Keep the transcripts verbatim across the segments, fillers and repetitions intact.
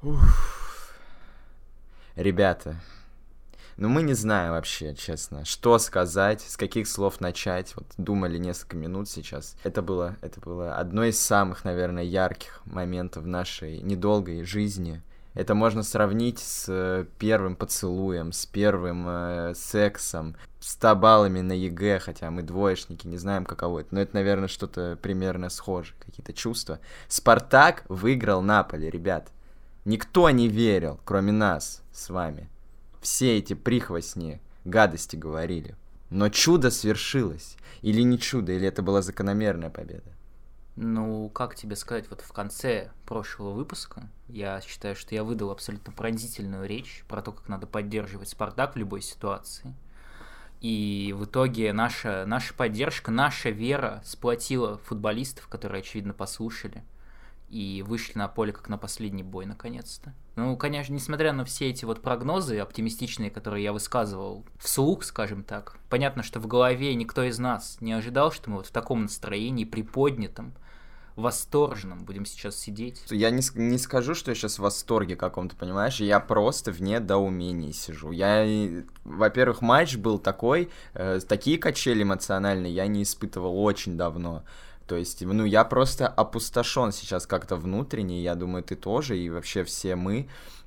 Уф. Ребята, ну мы не знаем вообще, честно, что сказать, с каких слов начать. Вот думали несколько минут сейчас. Это было, это было одно из самых, наверное, ярких моментов в нашей недолгой жизни. Это можно сравнить с первым поцелуем, с первым э, сексом, с ста баллами на ЕГЭ, хотя мы двоечники, не знаем, каково это. Но это, наверное, что-то примерно схожее, какие-то чувства. Спартак выиграл Наполи, ребят. Никто не верил, кроме нас с вами. Все эти прихвостни гадости говорили. Но чудо свершилось. Или не чудо, или это была закономерная победа. Ну, как тебе сказать, вот в конце прошлого выпуска я считаю, что я выдал абсолютно пронзительную речь про то, как надо поддерживать «Спартак» в любой ситуации. И в итоге наша, наша поддержка, наша вера сплотила футболистов, которые, очевидно, послушали и вышли на поле как на последний бой, наконец-то. Ну, конечно, несмотря на все эти вот прогнозы оптимистичные, которые я высказывал вслух, скажем так, понятно, что в голове никто из нас не ожидал, что мы вот в таком настроении, приподнятом, восторженном будем сейчас сидеть. Я не, не скажу, что я сейчас в восторге каком-то, понимаешь? Я просто в недоумении сижу. Я, во-первых, матч был такой, э, такие качели эмоциональные я не испытывал очень давно. То есть, ну, я просто опустошен сейчас как-то внутренне, я думаю, ты тоже, и вообще все мы,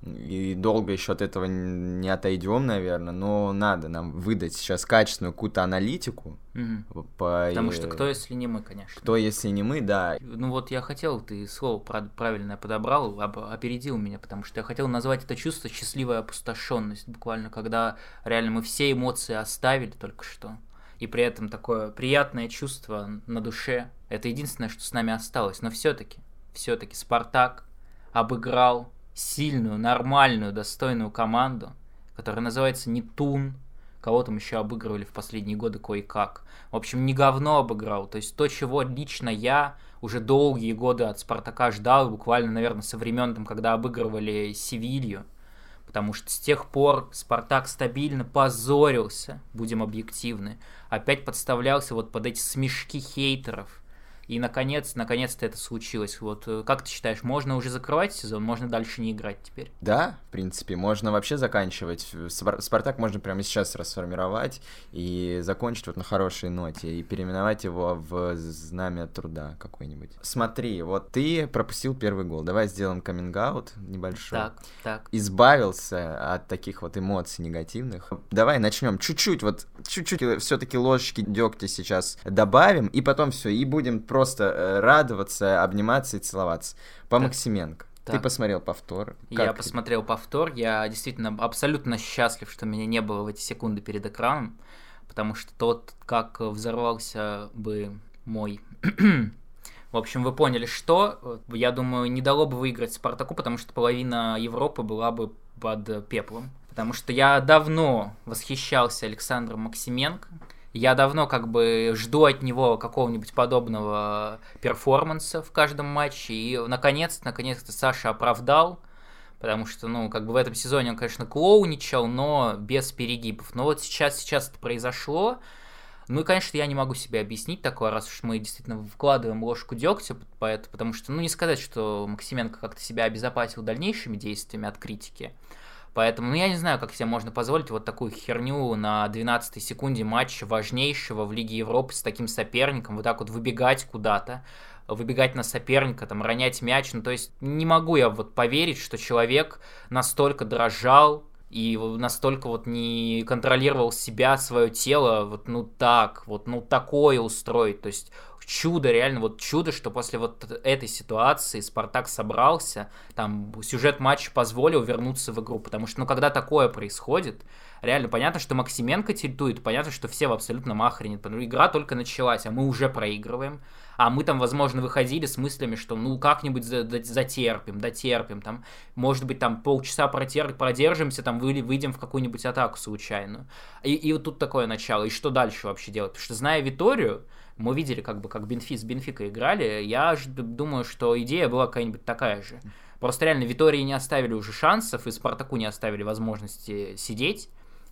и долго еще от этого не отойдем, наверное, но надо нам выдать сейчас качественную какую-то аналитику. Угу. По... Потому что кто, если не мы, конечно. Кто, если не мы, да. Ну вот я хотел, ты слово правильное подобрал, опередил меня, потому что я хотел назвать это чувство счастливая опустошенность, буквально, когда реально мы все эмоции оставили только что. И при этом такое приятное чувство на душе. Это единственное, что с нами осталось. Но все-таки, все-таки Спартак обыграл сильную, нормальную, достойную команду, которая называется Нетун. Кого там еще обыгрывали в последние годы кое-как. В общем, не говно обыграл. То есть то, чего лично я уже долгие годы от Спартака ждал, буквально, наверное, со времен, там, когда обыгрывали Севилью. Потому что с тех пор Спартак стабильно позорился, будем объективны, опять подставлялся вот под эти смешки хейтеров. И наконец, наконец-то это случилось. Вот как ты считаешь, можно уже закрывать сезон, можно дальше не играть теперь? Да, в принципе, можно вообще заканчивать. Спартак можно прямо сейчас расформировать и закончить вот на хорошей ноте, и переименовать его в Знамя Труда какой-нибудь. Смотри, вот ты пропустил первый гол. Давай сделаем каминг-аут небольшой. Так, так. Избавился от таких вот эмоций негативных. Давай начнем чуть-чуть, вот чуть-чуть все-таки ложечки дегтя сейчас добавим, и потом все, и будем просто радоваться, обниматься и целоваться. По так. Максименко. Так. Ты посмотрел повтор? Как я посмотрел повтор. Я действительно абсолютно счастлив, что меня не было в эти секунды перед экраном, потому что тот, как взорвался бы мой... В общем, вы поняли, что, я думаю, не дало бы выиграть Спартаку, потому что половина Европы была бы под пеплом. Потому что я давно восхищался Александром Максименко. Я давно как бы жду от него какого-нибудь подобного перформанса в каждом матче. И наконец-то, наконец-то Саша оправдал. Потому что, ну, как бы в этом сезоне он, конечно, клоуничал, но без перегибов. Но вот сейчас, сейчас это произошло. Ну и, конечно, я не могу себе объяснить такое, раз уж мы действительно вкладываем ложку дегтя, потому что, ну, не сказать, что Максименко как-то себя обезопасил дальнейшими действиями от критики. Поэтому, ну, я не знаю, как себе можно позволить вот такую херню на двенадцатой секунде матча важнейшего в Лиге Европы с таким соперником, вот так вот выбегать куда-то, выбегать на соперника, там, ронять мяч. Ну, то есть не могу я вот поверить, что человек настолько дрожал и настолько вот не контролировал себя, свое тело, вот ну так, вот ну такое устроить. То есть чудо, реально вот чудо, что после вот этой ситуации Спартак собрался, там сюжет матча позволил вернуться в игру, потому что ну когда такое происходит, реально понятно, что Максименко тильтует, понятно, что все в абсолютном охрене, потому что игра только началась, а мы уже проигрываем, а мы там, возможно, выходили с мыслями, что ну как-нибудь затерпим, дотерпим, там, может быть, там полчаса протер... продержимся, там выйдем в какую-нибудь атаку случайную. И, и вот тут такое начало, и что дальше вообще делать? Потому что, зная Виторию, мы видели, как бы, как Бенфи с Бенфикой играли, я думаю, что идея была какая-нибудь такая же. Просто реально Витории не оставили уже шансов, и Спартаку не оставили возможности сидеть.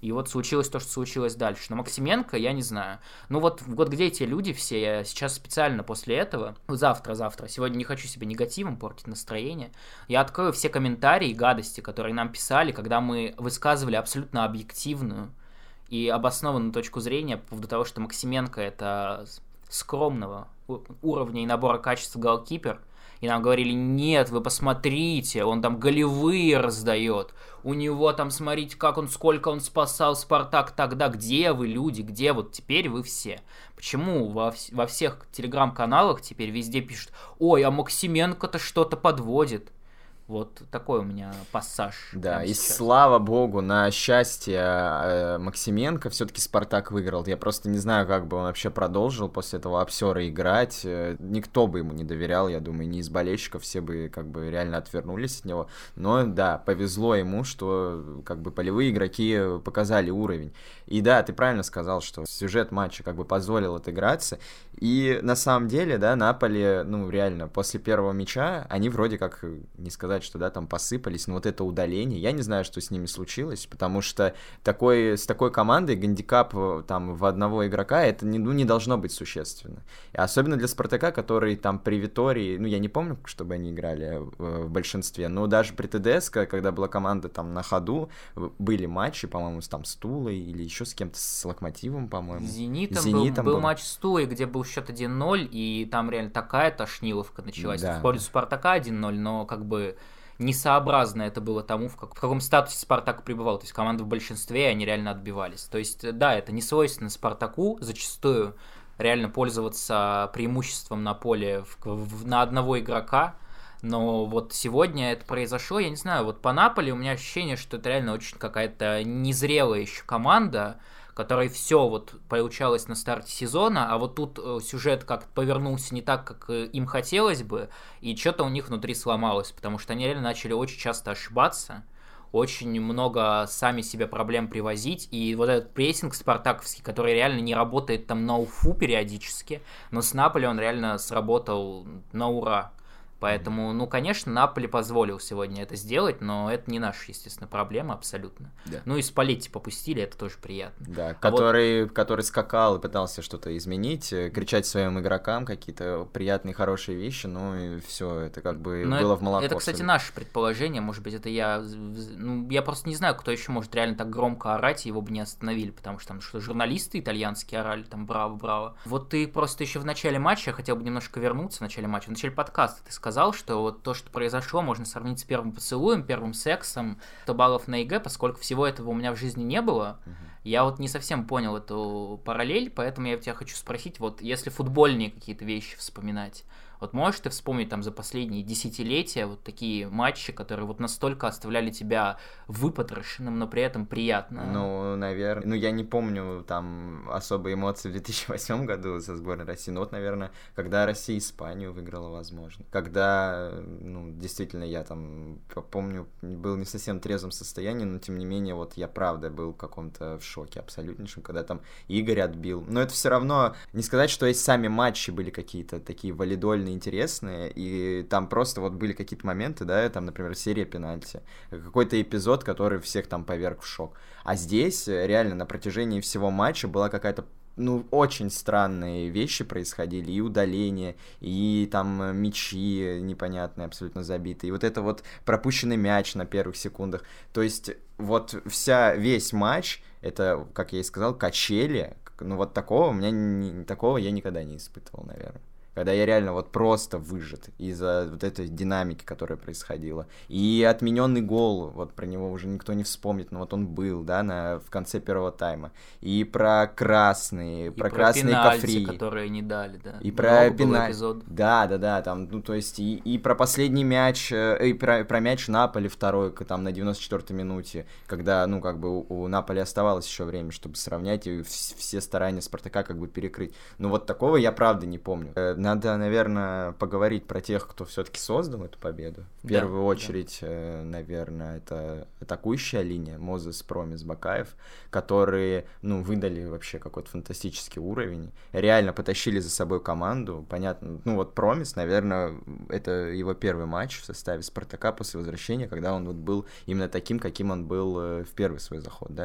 И вот случилось то, что случилось дальше. Но Максименко, я не знаю. Ну вот, вот где эти люди все? Я сейчас специально после этого, завтра-завтра, сегодня не хочу себе негативом портить настроение, я открою все комментарии и гадости, которые нам писали, когда мы высказывали абсолютно объективную и обоснованную точку зрения по поводу того, что Максименко — это скромного уровня и набора качеств голкипер. И нам говорили: нет, вы посмотрите, он там голевые раздает, у него там, смотрите, как он, сколько он спасал Спартак тогда. Где вы, люди, где вот теперь вы все? Почему во, вс- во всех телеграм-каналах теперь везде пишут: ой, а Максименко-то что-то подводит? Вот такой у меня пассаж. Да, и сейчас. Слава богу, на счастье э, Максименко все-таки Спартак выиграл. Я просто не знаю, как бы он вообще продолжил после этого обсера играть. Э, Никто бы ему не доверял, я думаю, ни из болельщиков, все бы как бы реально отвернулись от него. Но да, повезло ему, что как бы полевые игроки показали уровень. И да, ты правильно сказал, что сюжет матча как бы позволил отыграться. И на самом деле, да, Наполи, ну реально, после первого мяча, они вроде как, не сказать, что, да, там посыпались, но вот это удаление, я не знаю, что с ними случилось, потому что такой, с такой командой гандикап там в одного игрока, это не, ну, не должно быть существенно. И особенно для Спартака, который там при Витории, ну, я не помню, чтобы они играли в, в большинстве, но даже при ТДС, когда была команда там на ходу, были матчи, по-моему, с, там с Тулой или еще с кем-то, с Локомотивом, по-моему. С Зенитом, Зенитом был, был был матч с Тулой, где был счет один ноль, и там реально такая тошниловка началась. Да. В пользу Спартака один ноль, но как бы несообразно это было тому, в, как, в каком статусе Спартак пребывал. То есть команда в большинстве, и они реально отбивались. То есть, да, это не свойственно Спартаку зачастую реально пользоваться преимуществом на поле в, в, на одного игрока. Но вот сегодня это произошло, я не знаю, вот по Наполи у меня ощущение, что это реально очень какая-то незрелая еще команда, которой все вот получалось на старте сезона, а вот тут сюжет как-то повернулся не так, как им хотелось бы, и что-то у них внутри сломалось, потому что они реально начали очень часто ошибаться, очень много сами себе проблем привозить, и вот этот прессинг спартаковский, который реально не работает там на уфу периодически, но с Наполи он реально сработал на ура. Поэтому, ну, конечно, Наполи позволил сегодня это сделать, но это не наша, естественно, проблема абсолютно. Да. Ну и Спалетти попустили, это тоже приятно. Да, а который, вот... который скакал и пытался что-то изменить, кричать своим игрокам какие-то приятные, хорошие вещи, ну и все, это как бы но было это, в молоко. Это, кстати, наше предположение, может быть, это я... Ну, я просто не знаю, кто еще может реально так громко орать, и его бы не остановили, потому что там что, журналисты итальянские орали, там, браво, браво. Вот ты просто еще в начале матча, я хотел бы немножко вернуться в начале матча, в начале подкаста ты сказал, что вот то, что произошло, можно сравнить с первым поцелуем, первым сексом, сто баллов на ЕГЭ, поскольку всего этого у меня в жизни не было. Uh-huh. Я вот не совсем понял эту параллель, поэтому я тебя хочу спросить, вот если футбольные какие-то вещи вспоминать, вот можешь ты вспомнить там за последние десятилетия вот такие матчи, которые вот настолько оставляли тебя выпотрошенным, но при этом приятно? Ну, наверное, ну я не помню там особые эмоции в две тысячи восьмом году со сборной России, но вот, наверное, когда Россия Испанию выиграла, возможно. Когда, ну, действительно, я там, помню, был не в совсем трезвом состоянии, но тем не менее, вот я правда был в каком-то в шоке абсолютнейшем, когда там Игорь отбил. Но это все равно, не сказать, что и сами матчи были какие-то такие валидольные, интересные, и там просто вот были какие-то моменты, да, там, например, серия пенальти, какой-то эпизод, который всех там поверг в шок. А здесь реально на протяжении всего матча была какая-то, ну, очень странные вещи происходили, и удаления, и там мячи непонятные, абсолютно забитые, и вот это вот пропущенный мяч на первых секундах. То есть вот вся, весь матч, это, как я и сказал, качели, ну вот такого у меня, не, такого я никогда не испытывал, наверное. Когда я реально вот просто выжат из-за вот этой динамики, которая происходила. И отмененный гол, вот про него уже никто не вспомнит, но вот он был, да, на, в конце первого тайма. И про красные, и про, про красные пенальти, кофри. которые не дали, да. И про пенальти. Да, да, да, там, ну, то есть, и, и про последний мяч, и про, про мяч Наполи второй, там, на девяносто четвёртой минуте, когда, ну, как бы у, у Наполи оставалось еще время, чтобы сравнять, и все старания Спартака как бы перекрыть. Ну, вот такого я правда не помню. Надо, наверное, поговорить про тех, кто все-таки создал эту победу. В да, первую очередь, да. наверное, это атакующая линия Мозес, Промис, Бакаев, которые, ну, выдали вообще какой-то фантастический уровень, реально потащили за собой команду. Понятно, ну вот Промис, наверное, это его первый матч в составе Спартака после возвращения, когда он вот был именно таким, каким он был в первый свой заход, да.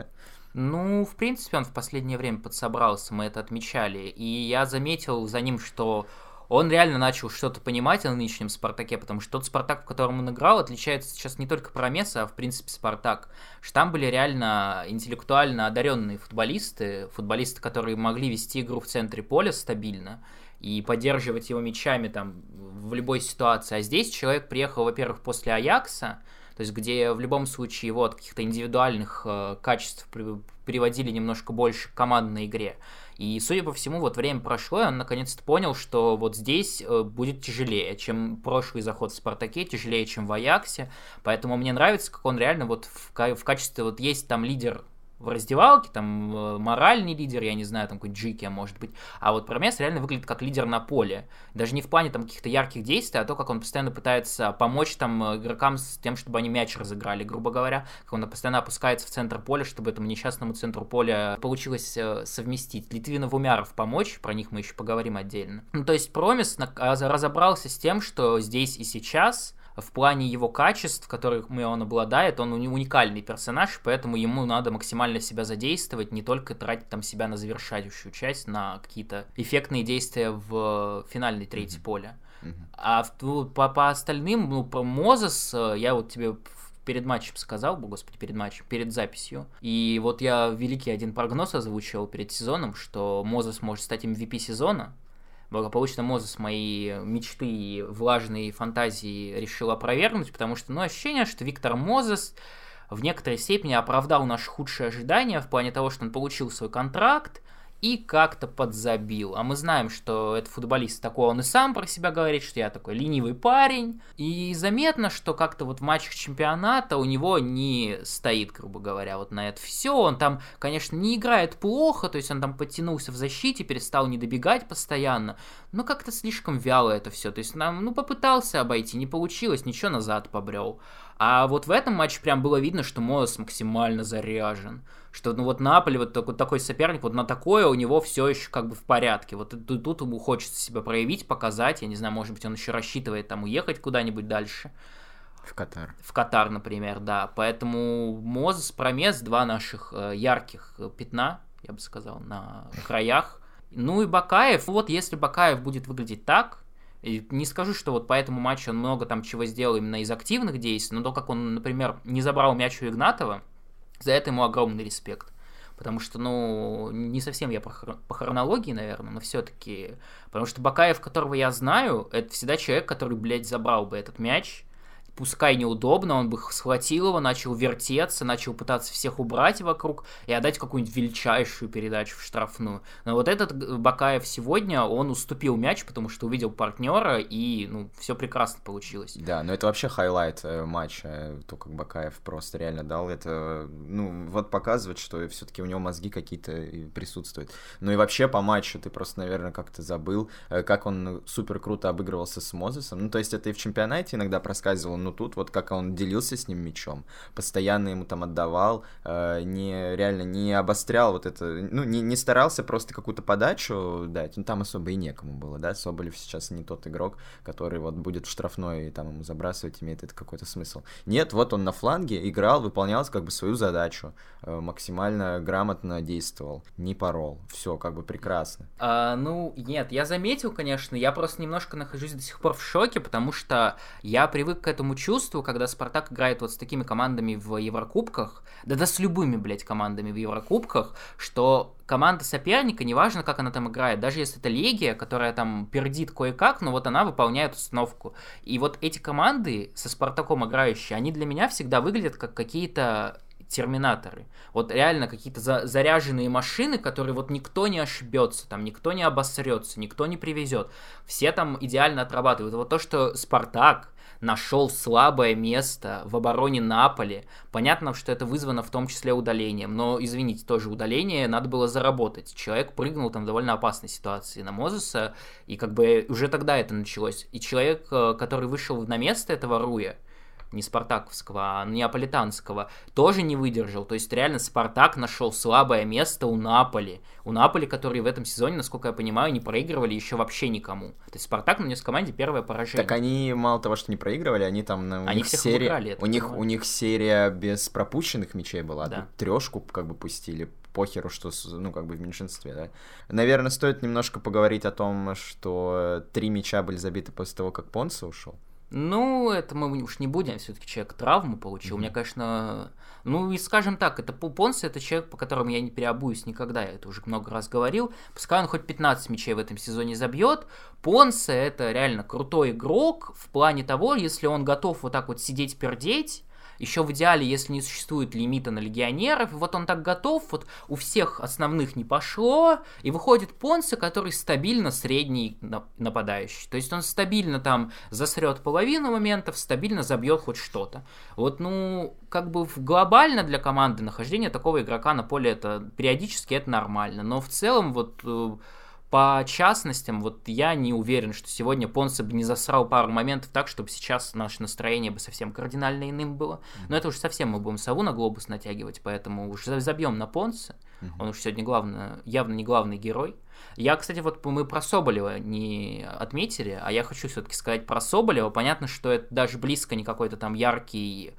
Ну, в принципе, он в последнее время подсобрался, мы это отмечали. И я заметил за ним, что он реально начал что-то понимать о нынешнем Спартаке, потому что тот Спартак, в котором он играл, отличается сейчас не только Промеса, а в принципе Спартак. Что там были реально интеллектуально одаренные футболисты, футболисты, которые могли вести игру в центре поля стабильно и поддерживать его мячами там в любой ситуации. А здесь человек приехал, во-первых, после Аякса, то есть где в любом случае его от каких-то индивидуальных э, качеств при, приводили немножко больше к командной игре. И, судя по всему, вот время прошло, и он наконец-то понял, что вот здесь э, будет тяжелее, чем прошлый заход в Спартаке, тяжелее, чем в Аяксе. Поэтому мне нравится, как он реально вот в, в качестве, вот есть там лидер в раздевалке, там э, моральный лидер, я не знаю, там какой-то Джики, может быть, а вот Промес реально выглядит как лидер на поле, даже не в плане там каких-то ярких действий, а то, как он постоянно пытается помочь там игрокам с тем, чтобы они мяч разыграли, грубо говоря, как он постоянно опускается в центр поля, чтобы этому несчастному центру поля получилось э, совместить. Литвинов, Умяров помочь, про них мы еще поговорим отдельно. Ну, то есть Промес разобрался с тем, что здесь и сейчас в плане его качеств, которыми он обладает, он уникальный персонаж, поэтому ему надо максимально себя задействовать, не только тратить там себя на завершающую часть, на какие-то эффектные действия в финальной трети mm-hmm. поля. Mm-hmm. А ну, по, по остальным, ну, про Мозес, я вот тебе перед матчем сказал, господи, перед матчем, перед записью, и вот я великий один прогноз озвучивал перед сезоном, что Мозес может стать эм ви пи сезона. Благополучно Мозес мои мечты и влажные фантазии решил опровергнуть, потому что, ну, ощущение, что Виктор Мозес в некоторой степени оправдал наши худшие ожидания в плане того, что он получил свой контракт и как-то подзабил. А мы знаем, что этот футболист такой, он и сам про себя говорит, что я такой ленивый парень. И заметно, что как-то вот в матчах чемпионата у него не стоит, грубо говоря, вот на это все. Он там, конечно, не играет плохо, то есть он там подтянулся в защите, перестал не добегать постоянно, но как-то слишком вяло это все. То есть нам, ну, попытался обойти, не получилось, ничего, назад побрел. А вот в этом матче прям было видно, что Мозес максимально заряжен. Что, ну, вот Наполе, вот такой, такой соперник, вот на такое у него все еще как бы в порядке. Вот тут, тут ему хочется себя проявить, показать. Я не знаю, может быть, он еще рассчитывает там уехать куда-нибудь дальше. В Катар. В Катар, например, да. Поэтому Мозес, Промес, два наших э, ярких пятна, я бы сказал, на краях. Ну и Бакаев. Вот если Бакаев будет выглядеть так, и не скажу, что вот по этому матчу он много там чего сделал именно из активных действий, но то, как он, например, не забрал мяч у Игнатова, за это ему огромный респект. Потому что, ну, не совсем я по, хр- по хронологии, наверное, но все-таки. Потому что Бакаев, которого я знаю, это всегда человек, который, блядь, забрал бы этот мяч. Пускай неудобно, он бы схватил его, начал вертеться, начал пытаться всех убрать вокруг и отдать какую-нибудь величайшую передачу в штрафную. Но вот этот Бакаев сегодня, он уступил мяч, потому что увидел партнера, и, ну, все прекрасно получилось. Да, но это вообще хайлайт э, матча, то, как Бакаев просто реально дал это, ну, вот показывает, что все-таки у него мозги какие-то присутствуют. Ну и вообще по матчу ты просто, наверное, как-то забыл, э, как он супер круто обыгрывался с Мозесом. Ну, то есть это и в чемпионате иногда проскальзывало, но тут вот как он делился с ним мячом, постоянно ему там отдавал, э, не, реально не обострял вот это, ну, не, не старался просто какую-то подачу дать, ну, там особо и некому было, да, Соболев сейчас не тот игрок, который вот будет в штрафной и там ему забрасывать, имеет это какой-то смысл. Нет, вот он на фланге играл, выполнял как бы свою задачу, э, максимально грамотно действовал, не порол, все как бы прекрасно. А, ну, нет, я заметил, конечно, я просто немножко нахожусь до сих пор в шоке, потому что я привык к этому чувству, когда Спартак играет вот с такими командами в Еврокубках, да да с любыми, блядь, командами в Еврокубках, что команда соперника, неважно, как она там играет, даже если это Легия, которая там пердит кое-как, но вот она выполняет установку. И вот эти команды со Спартаком играющие, они для меня всегда выглядят как какие-то терминаторы. Вот реально какие-то за- заряженные машины, которые вот никто не ошибется, там никто не обосрется, никто не привезет. Все там идеально отрабатывают. Вот то, что Спартак нашел слабое место в обороне Наполи. Понятно, что это вызвано в том числе удалением, но, извините, тоже удаление надо было заработать. Человек прыгнул там в довольно опасной ситуации на Мозеса, и как бы уже тогда это началось. И человек, который вышел на место этого Руя, не спартаковского, а неаполитанского, тоже не выдержал. То есть реально Спартак нашел слабое место у Наполи. У Наполи, которые в этом сезоне, насколько я понимаю, не проигрывали еще вообще никому. То есть Спартак нанес команде первое поражение. Так они мало того, что не проигрывали, они там... У они них всех серия... выиграли. У них, у них серия без пропущенных мячей была. Да. Тут трешку как бы пустили. Похеру, что, ну, как бы в меньшинстве, да. Наверное, стоит немножко поговорить о том, что три мяча были забиты после того, как Понсе ушел. Ну, это мы уж не будем, все-таки человек травму получил. Mm-hmm. У меня, конечно, ну и скажем так, это Понсе, это человек, по которому я не переобуюсь никогда, я это уже много раз говорил. Пускай он хоть пятнадцать мячей в этом сезоне забьет. Понсе это реально крутой игрок в плане того, если он готов вот так вот сидеть, пердеть. Еще в идеале, если не существует лимита на легионеров, и вот он так готов, вот у всех основных не пошло, и выходит Понсе, который стабильно средний нападающий. То есть он стабильно там засрет половину моментов, стабильно забьет хоть что-то. Вот, ну, как бы глобально для команды нахождение такого игрока на поле, это периодически это нормально. Но в целом, вот... По частностям, вот я не уверен, что сегодня Понсе бы не засрал пару моментов так, чтобы сейчас наше настроение бы совсем кардинально иным было. Но это уж совсем мы будем сову на глобус натягивать, поэтому уж забьем на Понсе. Он уж сегодня главное, явно не главный герой. Я, кстати, вот мы про Соболева не отметили, а я хочу все-таки сказать про Соболева. Понятно, что это даже близко не какой-то там яркий...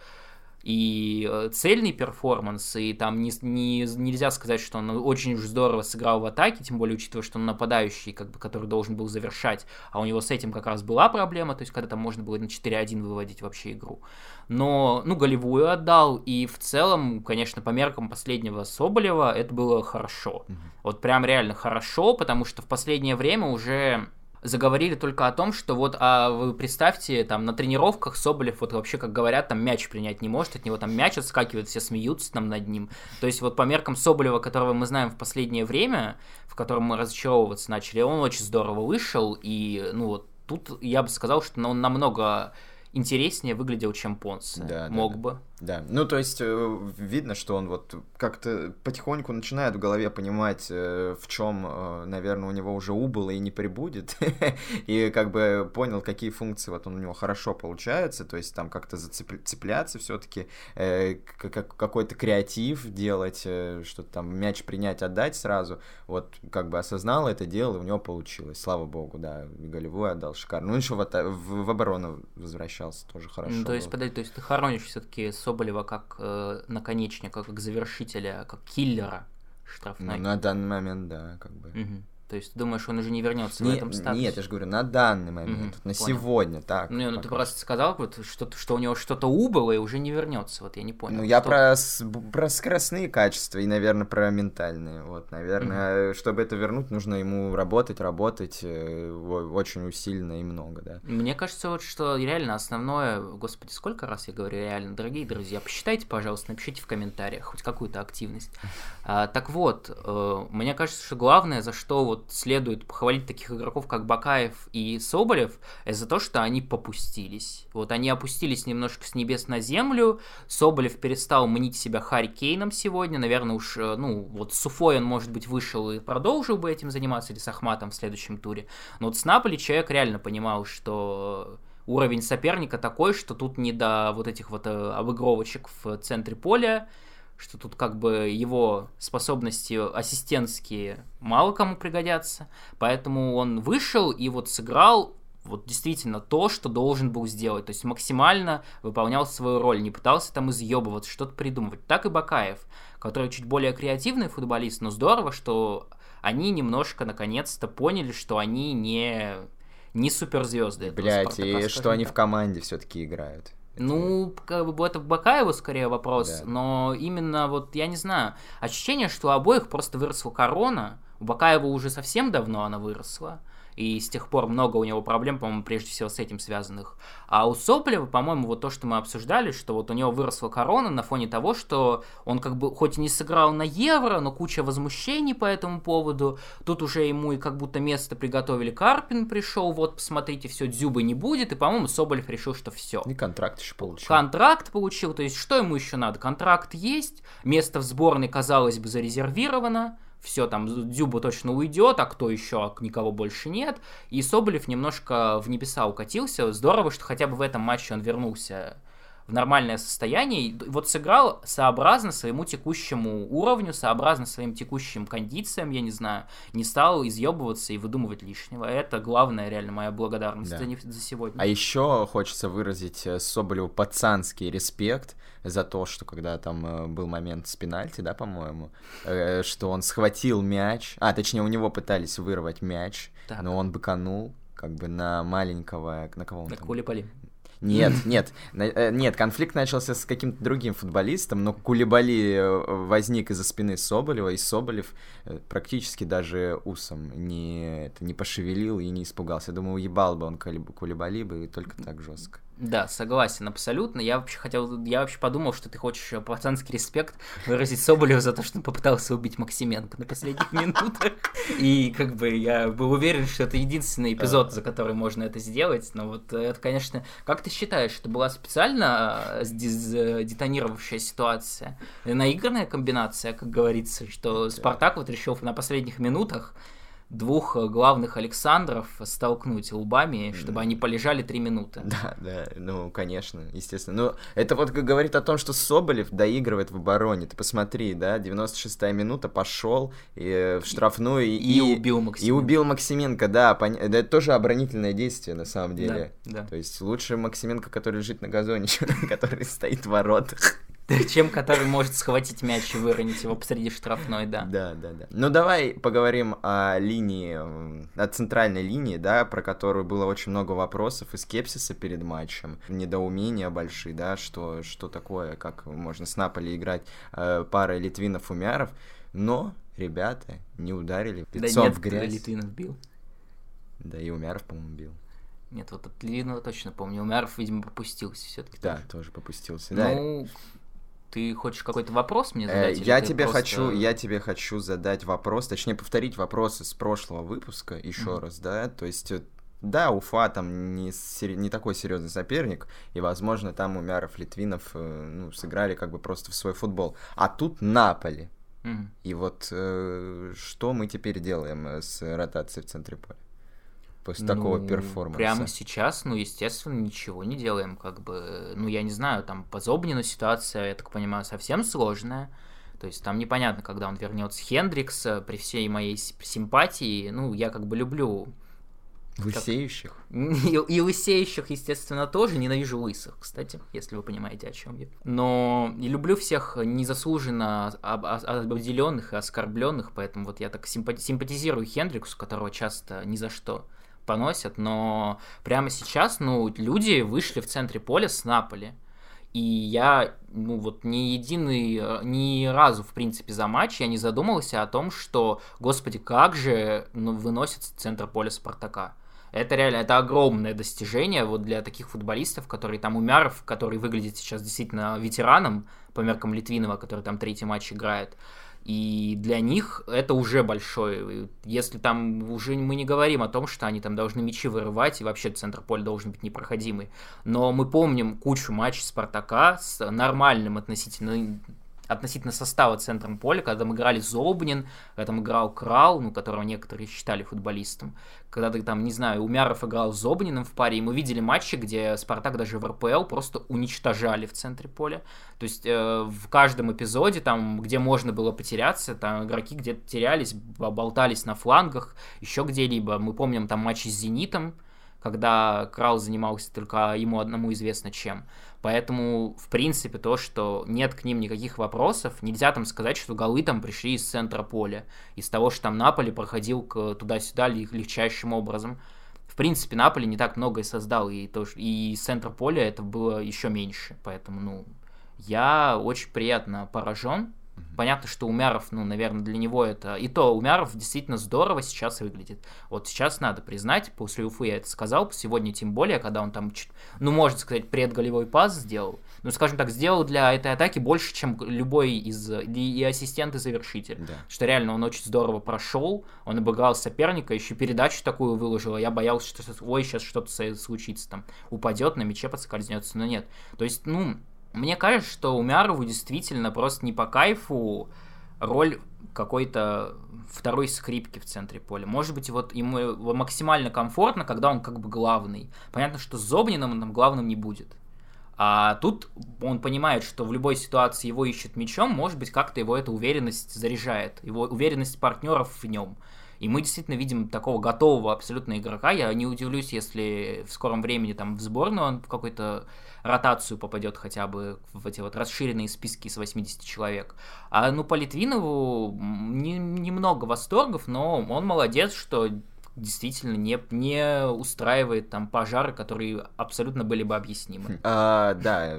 и цельный перформанс, и там не, не, нельзя сказать, что он очень уж здорово сыграл в атаке, тем более учитывая, что он нападающий, как бы, который должен был завершать, а у него с этим как раз была проблема, то есть когда там можно было на четыре один выводить вообще игру. Но, ну, голевую отдал, и в целом, конечно, по меркам последнего Соболева это было хорошо. Mm-hmm. Вот прям реально хорошо, потому что в последнее время уже... заговорили только о том, что вот, а вы представьте, там, на тренировках Соболев, вот вообще, как говорят, там, мяч принять не может, от него там мяч отскакивает, все смеются там над ним. То есть вот по меркам Соболева, которого мы знаем в последнее время, в котором мы разочаровываться начали, он очень здорово вышел, и, ну, вот тут я бы сказал, что он намного интереснее выглядел, чем Понсе. Да, Мог да, бы. Да, ну то есть видно, что он вот как-то потихоньку начинает в голове понимать, в чем, наверное, у него уже убыло и не прибудет, и как бы понял, какие функции вот он у него хорошо получаются, то есть там как-то зацепляться все-таки, какой-то креатив делать, что-то там мяч принять, отдать сразу, вот как бы осознал это дело, и у него получилось, слава богу, да, голевой отдал шикарно, ну еще в, в, в оборону возвращался, тоже хорошо. Ну, то есть, подожди, то есть ты хоронишь все-таки Соболева как э, наконечника, как завершителя, как киллера штрафной. Ну, на данный момент, да, как бы. Угу. То есть ты думаешь, он уже не вернется не, в этом статусе? Нет, я же говорю, на данный момент, угу, на понял. Сегодня, так. Ну, ну ты просто сказал, вот, что, что у него что-то убыло и уже не вернется, вот я не понял. Ну, я что... про, про скоростные качества и, наверное, про ментальные, вот, наверное, угу. Чтобы это вернуть, нужно ему работать, работать э, очень усиленно и много, да. Мне кажется, вот, что реально основное, господи, сколько раз я говорю реально, дорогие друзья, посчитайте, пожалуйста, напишите в комментариях хоть какую-то активность. А, так вот, э, мне кажется, что главное, за что вот следует похвалить таких игроков, как Бакаев и Соболев, это за то, что они попустились. Вот они опустились немножко с небес на землю, Соболев перестал мнить себя Харри Кейном сегодня, наверное, уж, ну, вот с Уфой он, может быть, вышел и продолжил бы этим заниматься, или с Ахматом в следующем туре, но вот с Наполи человек реально понимал, что... уровень соперника такой, что тут не до вот этих вот обыгровочек в центре поля, что тут как бы его способности ассистентские мало кому пригодятся, поэтому он вышел и вот сыграл вот действительно то, что должен был сделать, то есть максимально выполнял свою роль, не пытался там изъебываться, что-то придумывать. Так и Бакаев, который чуть более креативный футболист, но здорово, что они немножко наконец-то поняли, что они не, не суперзвезды. Блять, и что так. Они в команде все-таки играют. Ну, как бы это к Бакаеву скорее вопрос, да. Но именно вот, я не знаю, ощущение, что у обоих просто выросла корона, у Бакаева уже совсем давно она выросла, и с тех пор много у него проблем, по-моему, прежде всего с этим связанных. А у Соболева, по-моему, вот то, что мы обсуждали, что вот у него выросла корона на фоне того, что он как бы хоть и не сыграл на Евро, но куча возмущений по этому поводу. Тут уже ему и как будто место приготовили, Карпин пришел, вот, посмотрите, все, Дзюбы не будет, и, по-моему, Соболев решил, что все. И контракт еще получил. Контракт получил, то есть что ему еще надо? Контракт есть, место в сборной, казалось бы, зарезервировано, все, там, Дзюба точно уйдет, а кто еще, а никого больше нет. И Соболев немножко в небеса укатился. Здорово, что хотя бы в этом матче он вернулся в нормальное состояние, и вот сыграл сообразно своему текущему уровню, сообразно своим текущим кондициям, я не знаю, не стал изъебываться и выдумывать лишнего. Это главная реально моя благодарность, да, за, за сегодня. А еще хочется выразить Соболеву пацанский респект за то, что когда там был момент с пенальти, да, по-моему, э, что он схватил мяч, а, точнее, у него пытались вырвать мяч, так. но он быканул как бы на маленького, на кого он на там? Кулибали. Нет, нет, нет, конфликт начался с каким-то другим футболистом, но Кулибали возник из-за спины Соболева, и Соболев практически даже усом не, это, не пошевелил и не испугался. Я думаю, уебал бы он Кулибали бы, и только так жестко. Да, согласен, абсолютно. Я вообще хотел, я вообще подумал, что ты хочешь пацанский респект выразить Соболеву за то, что он попытался убить Максименко на последних минутах. И как бы я был уверен, что это единственный эпизод, за который можно это сделать. Но вот это, конечно, как ты считаешь, это была специально детонировавшая ситуация? Наигранная комбинация, как говорится, что Спартак вот решил на последних минутах двух главных Александров столкнуть лбами, чтобы они полежали три минуты. Да, да, ну, конечно, естественно. Ну, это вот говорит о том, что Соболев доигрывает в обороне. Ты посмотри, да, девяносто шестая минута, пошел и в штрафную и, и, и убил Максименко. И убил Максименко, да, пон... это тоже оборонительное действие, на самом деле. Да, да. То есть лучше Максименко, который лежит на газоне, который стоит в воротах. Чем который может схватить мяч и выронить его посреди штрафной, да. Да, да, да. Ну, давай поговорим о линии, о центральной линии, да, про которую было очень много вопросов и скепсиса перед матчем, недоумения большие, да, что, что такое, как можно с Наполи играть э, парой Литвинов-Умяров, но ребята не ударили лицом да нет, в грязь. Литвинов бил. Да, и Умяров, по-моему, бил. Нет, вот от Литвинова точно помню. Умяров, видимо, попустился все-таки. Да, тоже, тоже попустился. Ну... Да. Ты хочешь какой-то вопрос мне задать? Э, я тебе просто... хочу, я тебе хочу задать вопрос, точнее повторить вопросы с прошлого выпуска еще mm-hmm. раз, да, то есть, да, Уфа там не, сери... не такой серьезный соперник, и, возможно, там Умяров, Литвинов, ну, сыграли как бы просто в свой футбол, а тут Наполи, mm-hmm. и вот э, что мы теперь делаем с ротацией в центре поля? После ну, такого перформанса. Прямо сейчас, ну, естественно, ничего не делаем, как бы, ну, я не знаю, там по Зобнину ситуация, я так понимаю, совсем сложная, то есть там непонятно, когда он вернется. Хендрикс, при всей моей симпатии, ну, я как бы люблю... Лысеющих? И, и лысеющих, естественно, тоже. Ненавижу лысых, кстати, если вы понимаете, о чем я. Но и люблю всех незаслуженно обделенных и оскорбленных, поэтому вот я так симпати- симпатизирую Хендриксу, которого часто ни за что поносят, но прямо сейчас, ну, люди вышли в центре поля с Наполи, и я, ну, вот ни единый, ни разу, в принципе, за матч я не задумывался о том, что, господи, как же, ну, выносится центр поля Спартака. Это реально, это огромное достижение вот для таких футболистов, которые там Умяров, который выглядит сейчас действительно ветераном по меркам Литвинова, который там третий матч играет. И для них это уже большое. Если там уже мы не говорим о том, что они там должны мячи вырывать, и вообще центр поля должен быть непроходимый. Но мы помним кучу матчей Спартака с нормальным относительно... относительно состава центром поля, когда там играли Зобнин, когда там играл Крал, ну, которого некоторые считали футболистом, когда там, не знаю, Умяров играл с Зобниным в паре, и мы видели матчи, где Спартак даже в эр пэ эл просто уничтожали в центре поля. То есть э, в каждом эпизоде, там, где можно было потеряться, там игроки где-то терялись, болтались на флангах, еще где-либо. Мы помним там матчи с Зенитом, когда Крал занимался только ему одному известно чем. Поэтому, в принципе, то, что нет к ним никаких вопросов, нельзя там сказать, что голы там пришли из центра поля, из того, что там Наполи проходил к, туда-сюда легчайшим образом. В принципе, Наполи не так много и создал, и, то, и из центра поля это было еще меньше. Поэтому, ну, я очень приятно поражен. Понятно, что Умяров, ну, наверное, для него это... И то, Умяров действительно здорово сейчас выглядит. Вот сейчас надо признать, после Уфы я это сказал, сегодня тем более, когда он там, ну, можно сказать, предголевой пас сделал, ну, скажем так, сделал для этой атаки больше, чем любой из... и ассистент, и завершитель. Да. Что реально он очень здорово прошел, он обыграл соперника, еще передачу такую выложил, а я боялся, что, ой, сейчас что-то случится, там, упадет, на мяче подскользнется, но нет. То есть, ну... Мне кажется, что Умярову действительно просто не по кайфу роль какой-то второй скрипки в центре поля. Может быть, вот ему максимально комфортно, когда он как бы главный. Понятно, что с Зобниным он там главным не будет. А тут он понимает, что в любой ситуации его ищут мячом, может быть, как-то его эта уверенность заряжает, его уверенность партнеров в нем. И мы действительно видим такого готового абсолютно игрока. Я не удивлюсь, если в скором времени там в сборную он в какую-то ротацию попадет хотя бы в эти вот расширенные списки с восемьдесят человек. А ну по Литвинову не, немного восторгов, но он молодец, что действительно не, не устраивает там пожары, которые абсолютно были бы объяснимы. А, да,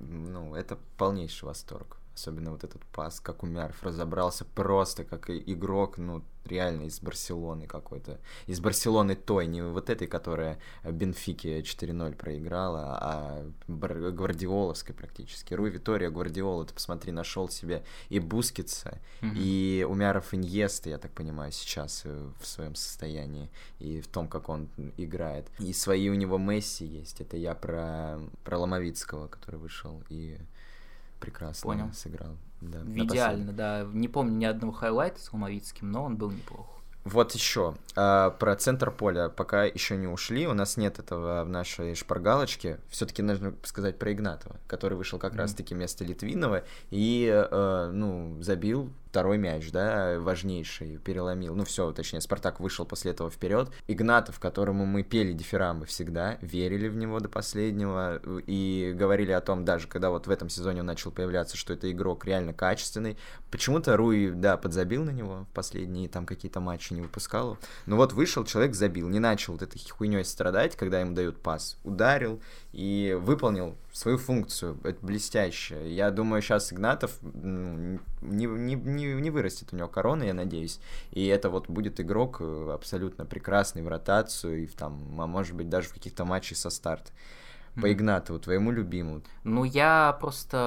ну это полнейший восторг. Особенно вот этот пас, как Умяров разобрался просто как игрок, ну, реально из Барселоны какой-то. Из Барселоны той, не вот этой, которая Бенфике четыре ноль проиграла, а гвардиоловской практически. Руй Виторио Гвардиола, ты посмотри, нашел себе и Бускетса, mm-hmm. и Умяров Иньеста, я так понимаю, сейчас в своем состоянии, и в том, как он играет. И свои у него Месси есть, это я про, про Ломовицкого, который вышел и... прекрасно Понял. Сыграл. Да, идеально, да. Не помню ни одного хайлайта с Ломовицким, но он был неплох. Вот еще а, про центр поля пока еще не ушли, у нас нет этого в нашей шпаргалочке. Все-таки нужно сказать про Игнатова, который вышел как mm-hmm. раз-таки вместо Литвинова и а, ну забил второй мяч, да, важнейший, переломил. Ну все, точнее, Спартак вышел после этого вперед. Игнатов, которому мы пели дифирамбы всегда, верили в него до последнего и говорили о том, даже когда вот в этом сезоне он начал появляться, что это игрок реально качественный. Почему-то Руи, да, подзабил на него в последние там какие-то матчи, не выпускал. Но вот вышел, человек забил, не начал вот этой хуйней страдать, когда ему дают пас. Ударил и выполнил свою функцию. Это блестяще. Я думаю, сейчас Игнатов не, не, не, не вырастет у него корона, я надеюсь. И это вот будет игрок абсолютно прекрасный в ротацию, и в, там, а может быть, даже в каких-то матчах со старта. По Игнатову, твоему любимому. Ну, я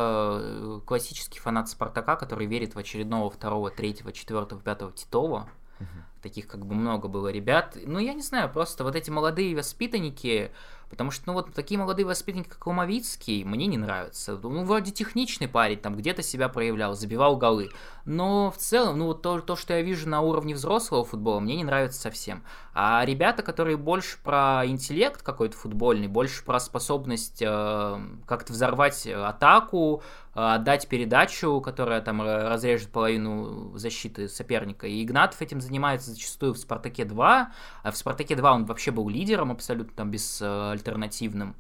просто классический фанат Спартака, который верит в очередного второго, третьего, четвертого, пятого Титова. Uh-huh. Таких как бы много было ребят. Ну, я не знаю, просто вот эти молодые воспитанники, потому что, ну, вот такие молодые воспитанники, как Ломовицкий, мне не нравятся. Ну, вроде техничный парень, там, где-то себя проявлял, забивал голы. Но в целом, ну, вот то, то, что я вижу на уровне взрослого футбола, мне не нравится совсем. А ребята, которые больше про интеллект какой-то футбольный, больше про способность э, как-то взорвать атаку, э, отдать передачу, которая там разрежет половину защиты соперника. И Игнатов этим занимается зачастую в Спартаке два. А в Спартаке два он вообще был лидером абсолютно там без э, альтернативным.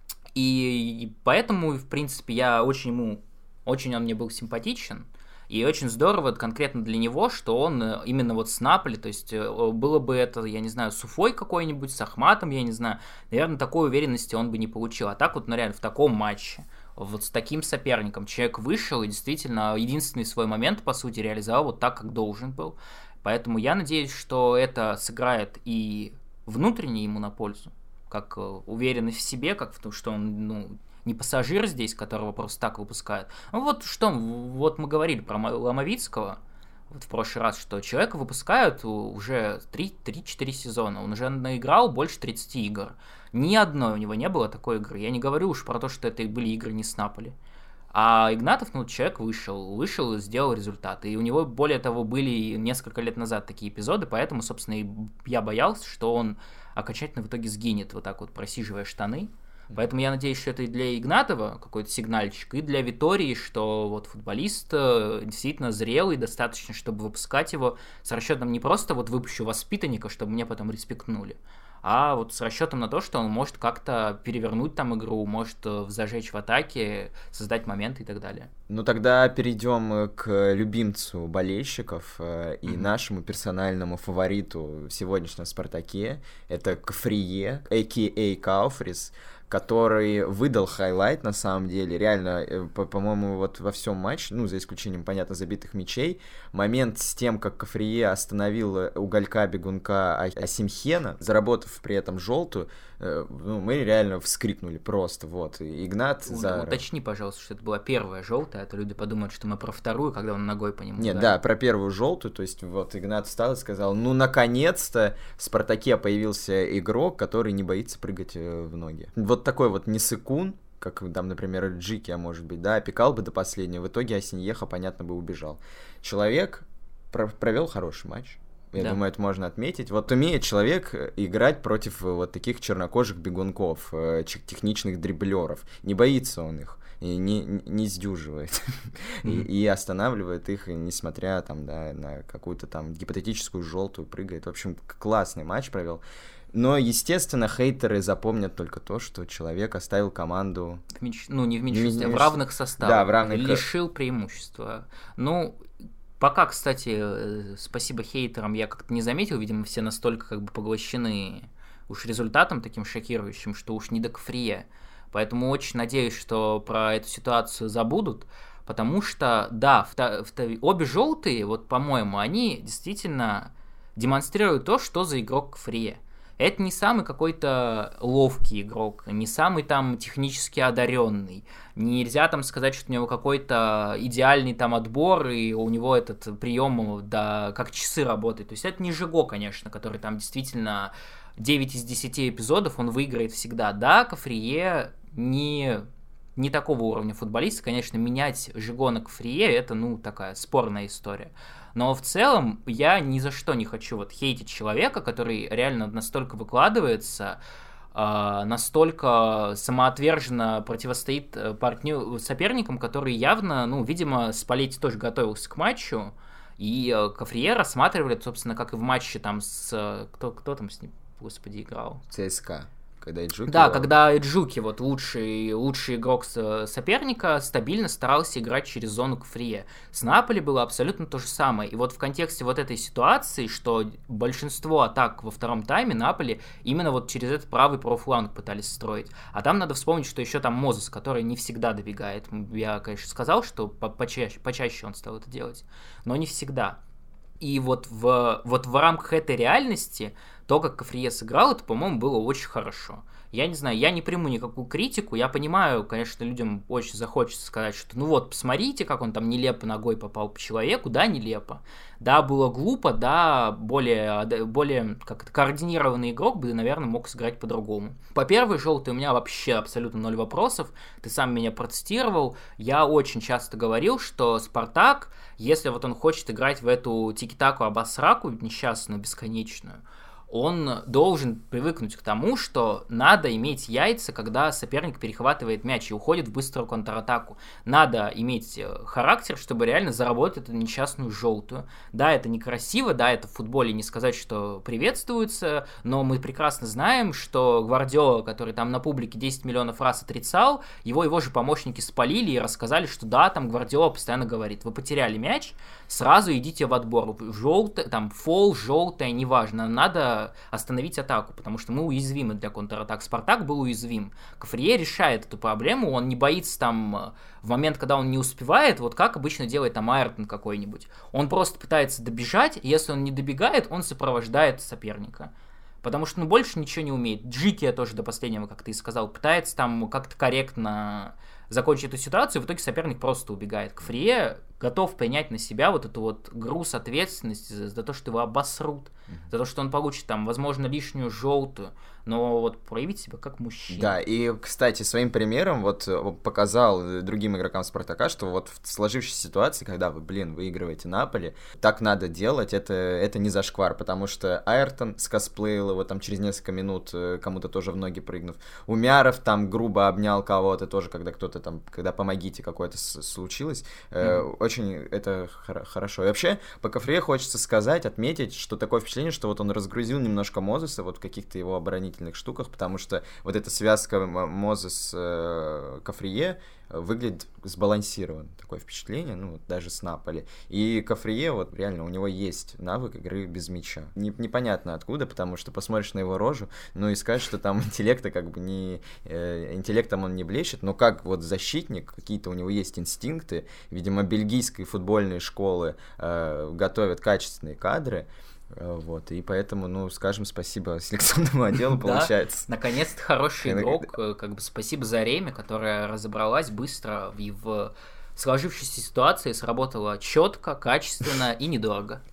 И, и поэтому, в принципе, я очень ему, очень он мне был симпатичен. И очень здорово конкретно для него, что он именно вот с Наполи, то есть было бы это, я не знаю, с Уфой какой-нибудь, с Ахматом, я не знаю, наверное, такой уверенности он бы не получил. А так вот, ну реально, в таком матче, вот с таким соперником человек вышел и действительно единственный свой момент, по сути, реализовал вот так, как должен был. Поэтому я надеюсь, что это сыграет и внутренне ему на пользу, как уверенность в себе, как в том, что он, ну, не пассажир здесь, которого просто так выпускают. Ну вот что, вот мы говорили про Ломовицкого вот в прошлый раз, что человека выпускают уже три-четыре сезона, он уже наиграл больше тридцати игр. Ни одной у него не было такой игры. Я не говорю уж про то, что это были игры не с Наполи. А Игнатов, ну, человек вышел, вышел и сделал результат. И у него, более того, были несколько лет назад такие эпизоды, поэтому, собственно, и я боялся, что он окончательно в итоге сгинет, вот так вот просиживая штаны. Поэтому я надеюсь, что это и для Игнатова какой-то сигнальчик, и для Витории, что вот футболист действительно зрелый, достаточно, чтобы выпускать его с расчетом не просто вот выпущу воспитанника, чтобы мне потом респектнули, а вот с расчетом на то, что он может как-то перевернуть там игру, может зажечь в атаке, создать моменты и так далее. Ну тогда перейдем к любимцу болельщиков и mm-hmm. нашему персональному фавориту в сегодняшнем «Спартаке». Это Кафрие, а ка а. Кауфрис, который выдал хайлайт, на самом деле, реально, по- по-моему, вот во всем матче, ну, за исключением, понятно, забитых мячей, момент с тем, как Кафрие остановил уголька-бегунка Асимхена, заработав при этом желтую, э, ну, мы реально вскрикнули просто, вот, и Игнат У- за... Уточни, пожалуйста, что это была первая желтая, а то люди подумают, что мы про вторую, когда он ногой по нему Нет, ударил. да, про первую желтую, то есть вот Игнат встал и сказал, ну, наконец-то в «Спартаке» появился игрок, который не боится прыгать в ноги. Вот такой вот Несыкун, как там, например, Джики, а может быть, да, опекал бы до последнего, в итоге Асиньеха, понятно, бы убежал. Человек про- провел хороший матч, Я да. думаю, это можно отметить. Вот умеет человек играть против вот таких чернокожих бегунков, техничных дриблеров. Не боится он их. И не, не сдюживает, mm-hmm. и, и останавливает их, несмотря там, да, на какую-то там гипотетическую желтую прыгает. В общем, классный матч провел. Но, естественно, хейтеры запомнят только то, что человек оставил команду... В меньш... Ну, не в меньшинстве, в равных составах. Да, в равных... Лишил преимущества. Ну, пока, кстати, спасибо хейтерам, я как-то не заметил, видимо, все настолько как бы поглощены уж результатом таким шокирующим, что уж не до Кафрие. Поэтому очень надеюсь, что про эту ситуацию забудут, потому что, да, в, в, обе желтые, вот, по-моему, они действительно демонстрируют то, что за игрок Кафрие. Это не самый какой-то ловкий игрок, не самый там технически одаренный. Нельзя там сказать, что у него какой-то идеальный там отбор, и у него этот прием, да, как часы работает. То есть это не Жиго, конечно, который там действительно девять из десяти эпизодов он выиграет всегда. Да, Кафрие не, не такого уровня футболиста, конечно, менять Жиго на Кафрие это, ну, такая спорная история. Но в целом я ни за что не хочу вот хейтить человека, который реально настолько выкладывается, э, настолько самоотверженно противостоит партнер, соперникам, которые явно, ну, видимо, Спалетти тоже готовился к матчу, и э, Кафрие рассматривали, собственно, как и в матче там с... Кто, кто там с ним, господи, играл? ЦСКА. Когда Эджуки... Да, когда Эджуки, вот лучший, лучший игрок соперника, стабильно старался играть через зону Кафрие. С Наполи было абсолютно то же самое. И вот в контексте вот этой ситуации, что большинство атак во втором тайме Наполи именно вот через этот правый профланг пытались строить. А там надо вспомнить, что еще там Мозес, который не всегда добегает. Я, конечно, сказал, что по почаще, почаще он стал это делать, но не всегда. И вот в, вот в рамках этой реальности то, как Кафрие сыграл, это, по-моему, было очень хорошо. Я не знаю, я не приму никакую критику, я понимаю, конечно, людям очень захочется сказать, что ну вот, посмотрите, как он там нелепо ногой попал по человеку, да, нелепо. Да, было глупо, да, более, более как это, координированный игрок бы, наверное, мог сыграть по-другому. По первой желтой у меня вообще абсолютно ноль вопросов, ты сам меня процитировал, я очень часто говорил, что Спартак, если вот он хочет играть в эту тики-таку Абасраку несчастную, бесконечную, он должен привыкнуть к тому, что надо иметь яйца, когда соперник перехватывает мяч и уходит в быструю контратаку. Надо иметь характер, чтобы реально заработать эту несчастную желтую. Да, это некрасиво, да, это в футболе не сказать, что приветствуется, но мы прекрасно знаем, что Гвардиола, который там на публике десять миллионов раз отрицал, его его же помощники спалили и рассказали, что да, там Гвардиола постоянно говорит, вы потеряли мяч, сразу идите в отбор. Желтый, там, фол, желтая, неважно, надо остановить атаку, потому что мы уязвимы для контратак. Спартак был уязвим. Кафрие решает эту проблему, он не боится там в момент, когда он не успевает, вот как обычно делает там Айртон какой-нибудь. Он просто пытается добежать, и если он не добегает, он сопровождает соперника. Потому что, ну, больше ничего не умеет. Джики тоже до последнего, как ты и сказал, пытается там как-то корректно закончить эту ситуацию, в итоге соперник просто убегает. Кафрие готов принять на себя вот эту вот груз ответственности за, за то, что его обосрут, mm-hmm. за то, что он получит там, возможно, лишнюю желтую, но вот проявить себя как мужчина. Да, и, кстати, своим примером вот показал другим игрокам Спартака, что вот в сложившейся ситуации, когда вы, блин, выигрываете Наполи, так надо делать, это, это не зашквар, потому что Айртон скосплеил его там через несколько минут, кому-то тоже в ноги прыгнув, Умяров там грубо обнял кого-то тоже, когда кто-то там, когда помогите какое-то случилось, mm-hmm. очень это хорошо. И вообще, по Кафрие хочется сказать, отметить, что такое впечатление, что вот он разгрузил немножко Мозеса вот в каких-то его оборонительных штуках, потому что вот эта связка Мозес-Кафрие выглядит сбалансированно, такое впечатление, ну, даже с Наполи. И Кафрие, вот, реально, у него есть навык игры без мяча. Не, непонятно откуда, потому что посмотришь на его рожу, ну, и скажешь, что там интеллекта как бы не... Э, интеллектом он не блещет, но как вот защитник, какие-то у него есть инстинкты, видимо, бельгийской футбольной школы э, готовят качественные кадры, вот, и поэтому, ну, скажем спасибо селекционному отделу, получается. Да, наконец-то хороший игрок, как бы спасибо Зареме, которая разобралась быстро в, в в сложившейся ситуации сработало четко, качественно и недорого.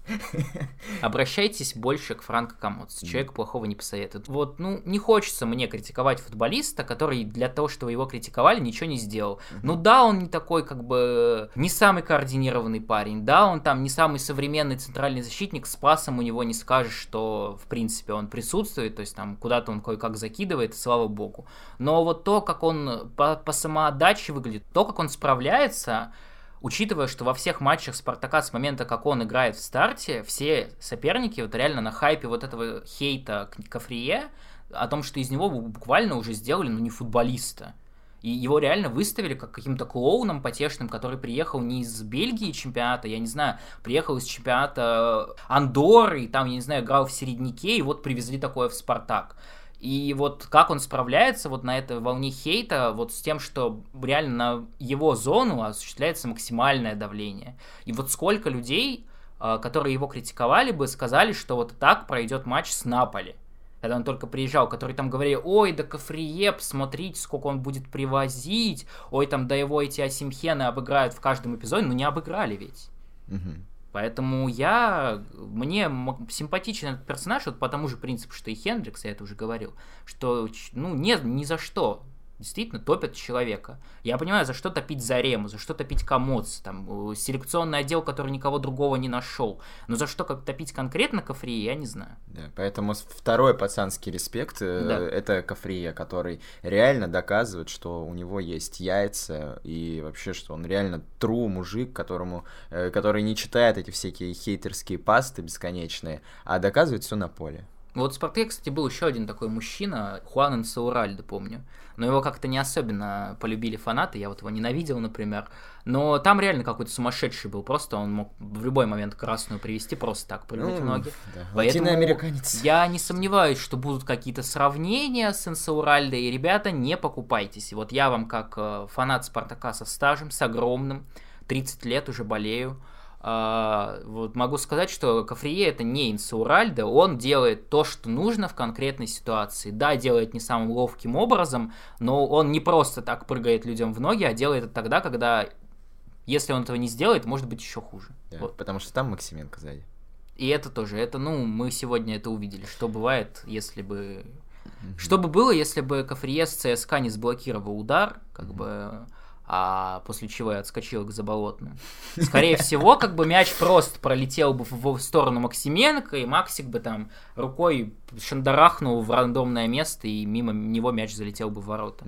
Обращайтесь больше к Франко Камоцци. Человек плохого не посоветует. Вот, ну, не хочется мне критиковать футболиста, который для того, чтобы его критиковали, ничего не сделал. Ну да, он не такой, как бы, не самый координированный парень. Да, он там не самый современный центральный защитник. С пасом у него не скажешь, что, в принципе, он присутствует. То есть там куда-то он кое-как закидывает, и слава богу. Но вот то, как он по, по самоотдаче выглядит, то, как он справляется, учитывая, что во всех матчах Спартака с момента, как он играет в старте, все соперники вот реально на хайпе вот этого хейта к Кафрие, о том, что из него буквально уже сделали, ну, не футболиста. И его реально выставили как каким-то клоуном потешным, который приехал не из Бельгии чемпионата, я не знаю, приехал из чемпионата Андорры, и там, я не знаю, играл в середняке, и вот привезли такое в Спартак. И вот как он справляется вот на этой волне хейта, вот с тем, что реально на его зону осуществляется максимальное давление. И вот сколько людей, которые его критиковали бы, сказали, что вот так пройдет матч с Наполи, когда он только приезжал, которые там говорили: ой, да Кафрие, посмотрите, сколько он будет привозить, ой, там, да его эти Асимхены обыграют в каждом эпизоде, ну не обыграли ведь. Угу. Поэтому я, мне симпатичен этот персонаж вот по тому же принципу, что и Хендрикс, я это уже говорил, что, ну, нет, ни за что. Действительно топят человека. Я понимаю, за что топить Зарему, за что топить Камоцци, там, селекционный отдел, который никого другого не нашел. Но за что как топить конкретно Кафрие, я не знаю. Да, поэтому второй пацанский респект, да, это Кафрие, который реально доказывает, что у него есть яйца, и вообще, что он реально true мужик, которому, который не читает эти всякие хейтерские пасты бесконечные, а доказывает все на поле. Вот в «Спартаке», кстати, был еще один такой мужчина, Хуан Инсаурральде, помню. Но его как-то не особенно полюбили фанаты, я вот его ненавидел, например. Но там реально какой-то сумасшедший был, просто он мог в любой момент красную привести, просто так прыгнуть в ноги. Да. Поэтому латиноамериканец. Я не сомневаюсь, что будут какие-то сравнения с Инсаурральде, и, ребята, не покупайтесь. И вот я вам, как фанат «Спартака» со стажем, с огромным, тридцать лет уже болею, Uh, вот могу сказать, что Кафрие это не Инсаурральде, он делает то, что нужно в конкретной ситуации. Да, делает не самым ловким образом, но он не просто так прыгает людям в ноги, а делает это тогда, когда, если он этого не сделает, может быть еще хуже. Да, вот. Потому что там Максименко сзади. И это тоже, это, ну, мы сегодня это увидели, что бывает, если бы... Mm-hmm. Что бы было, если бы Кафрие с ЦСКА не сблокировал удар, как mm-hmm. бы... а после чего я отскочил к Заболотному. Скорее всего, как бы мяч просто пролетел бы в сторону Максименко, и Максик бы там рукой шандарахнул в рандомное место, и мимо него мяч залетел бы в ворота.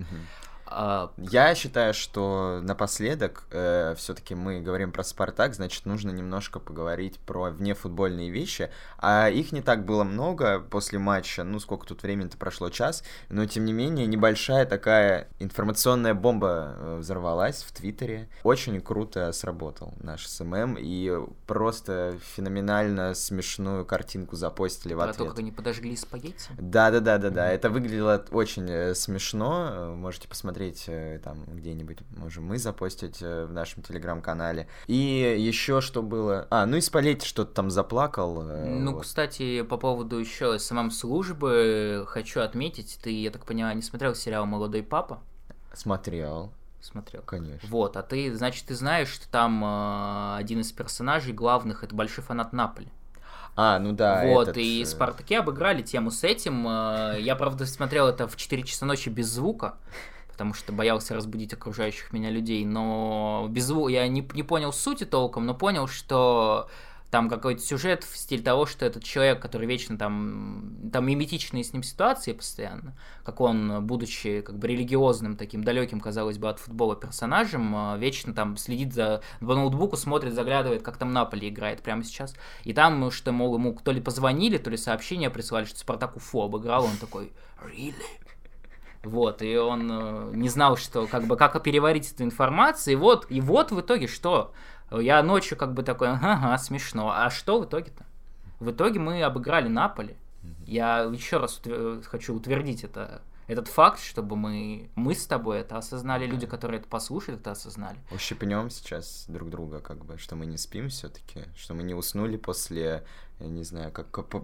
Я считаю, что напоследок э, все-таки мы говорим про Спартак, значит, нужно немножко поговорить про внефутбольные вещи. А их не так было много после матча, ну, сколько тут времени-то прошло, час, но, тем не менее, небольшая такая информационная бомба взорвалась в Твиттере. Очень круто сработал наш СММ, и просто феноменально смешную картинку запостили в про ответ. Про то, как они подожгли спагетти? Да-да-да-да-да, это выглядело очень смешно, можете посмотреть там где-нибудь, можем мы запостить в нашем телеграм-канале. И еще что было... А, ну и Спалетти что-то там заплакал. Ну, вот. Кстати, по поводу еще эс эм эм-службы хочу отметить, ты, я так понимаю, не смотрел сериал «Молодой папа»? Смотрел. Смотрел. Конечно. Вот, а ты, значит, ты знаешь, что там э, один из персонажей главных — это большой фанат Наполи. А, ну да. Вот, этот... и Спартаки обыграли тему с этим. Я, правда, смотрел это в четыре часа ночи без звука, потому что боялся разбудить окружающих меня людей, но без звука я не, не понял сути толком, но понял, что там какой-то сюжет в стиле того, что этот человек, который вечно там, там миметичные с ним ситуации постоянно, как он, будучи как бы религиозным, таким далеким, казалось бы, от футбола персонажем, вечно там следит за по ноутбуку, смотрит, заглядывает, как там Наполи играет прямо сейчас. И там, что, мол, ему то ли позвонили, то ли сообщение прислали, что Спартак Уфу обыграл, он такой «Really?» Вот, и он э, не знал, что, как бы, как переварить эту информацию, и вот, и вот в итоге что? Я ночью как бы такой, ага, смешно. А что в итоге-то? В итоге мы обыграли Наполи. Я еще раз утвер... хочу утвердить это, этот факт, чтобы мы, мы с тобой это осознали, люди, которые это послушают, это осознали. Ущипнем сейчас друг друга, как бы, что мы не спим все-таки, что мы не уснули после, я не знаю, как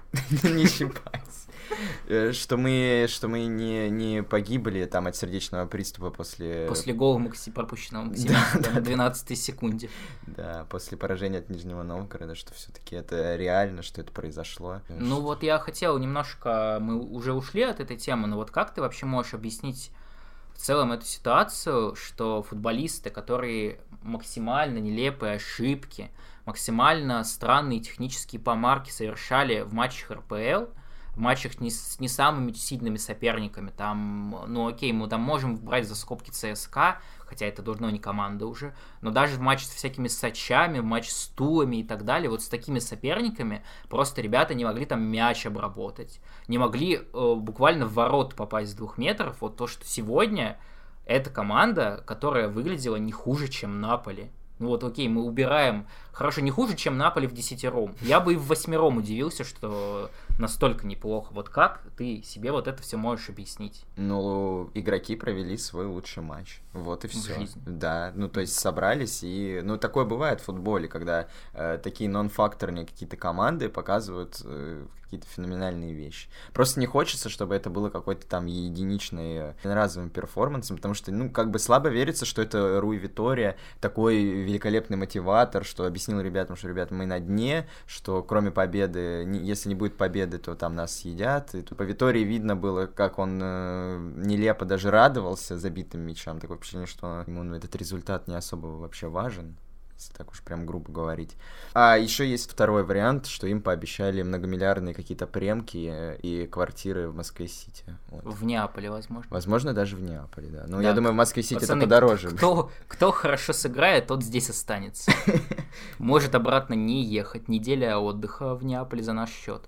Не щипать. Что мы, что мы не, не погибли там от сердечного приступа после... После гола Макси, пропущенного Максима на двенадцатой секунде. Да, после поражения от Нижнего Новгорода, что все-таки это реально, что это произошло. Ну что... вот я хотел немножко... Мы уже ушли от этой темы, но вот как ты вообще можешь объяснить в целом эту ситуацию, что футболисты, которые максимально нелепые ошибки, максимально странные технические помарки совершали в матчах эр пэ эл, в матчах не с не самыми сильными соперниками, там, ну окей, мы там можем брать за скобки цэ эс ка, хотя это давно не команда уже, но даже в матче с всякими Сочами, в матче с Тулами и так далее, вот с такими соперниками просто ребята не могли там мяч обработать, не могли э, буквально в ворот попасть с двух метров, вот то, что сегодня эта команда, которая выглядела не хуже, чем Наполи. Ну вот окей, мы убираем, хорошо, не хуже, чем Наполи в десятером. Я бы и в восьмером удивился, что настолько неплохо. Вот как ты себе вот это все можешь объяснить? Ну, игроки провели свой лучший матч. Вот и все. Да, ну то есть собрались и... Ну такое бывает в футболе, когда э, такие нон-факторные какие-то команды показывают э, какие-то феноменальные вещи. Просто не хочется, чтобы это было какой-то там единичный разовым перформансом, потому что, ну, как бы слабо верится, что это Руй Витория, такой великолепный мотиватор, что объяснил ребятам, что, ребята, мы на дне, что кроме победы, не, если не будет победы, то там нас съедят. И тут по Витории видно было, как он э, нелепо даже радовался забитым мячам. Такое впечатление, что ему ну, этот результат не особо вообще важен, если так уж прям грубо говорить. А еще есть второй вариант, что им пообещали многомиллиардные какие-то премки и квартиры в Москве-Сити. Вот. В Неаполе, возможно. Возможно, даже в Неаполе, да. Ну, да, я думаю, в Москве-Сити это пацаны, подороже. Кто, кто хорошо сыграет, тот здесь останется. Может обратно не ехать. Неделя отдыха в Неаполе за наш счет.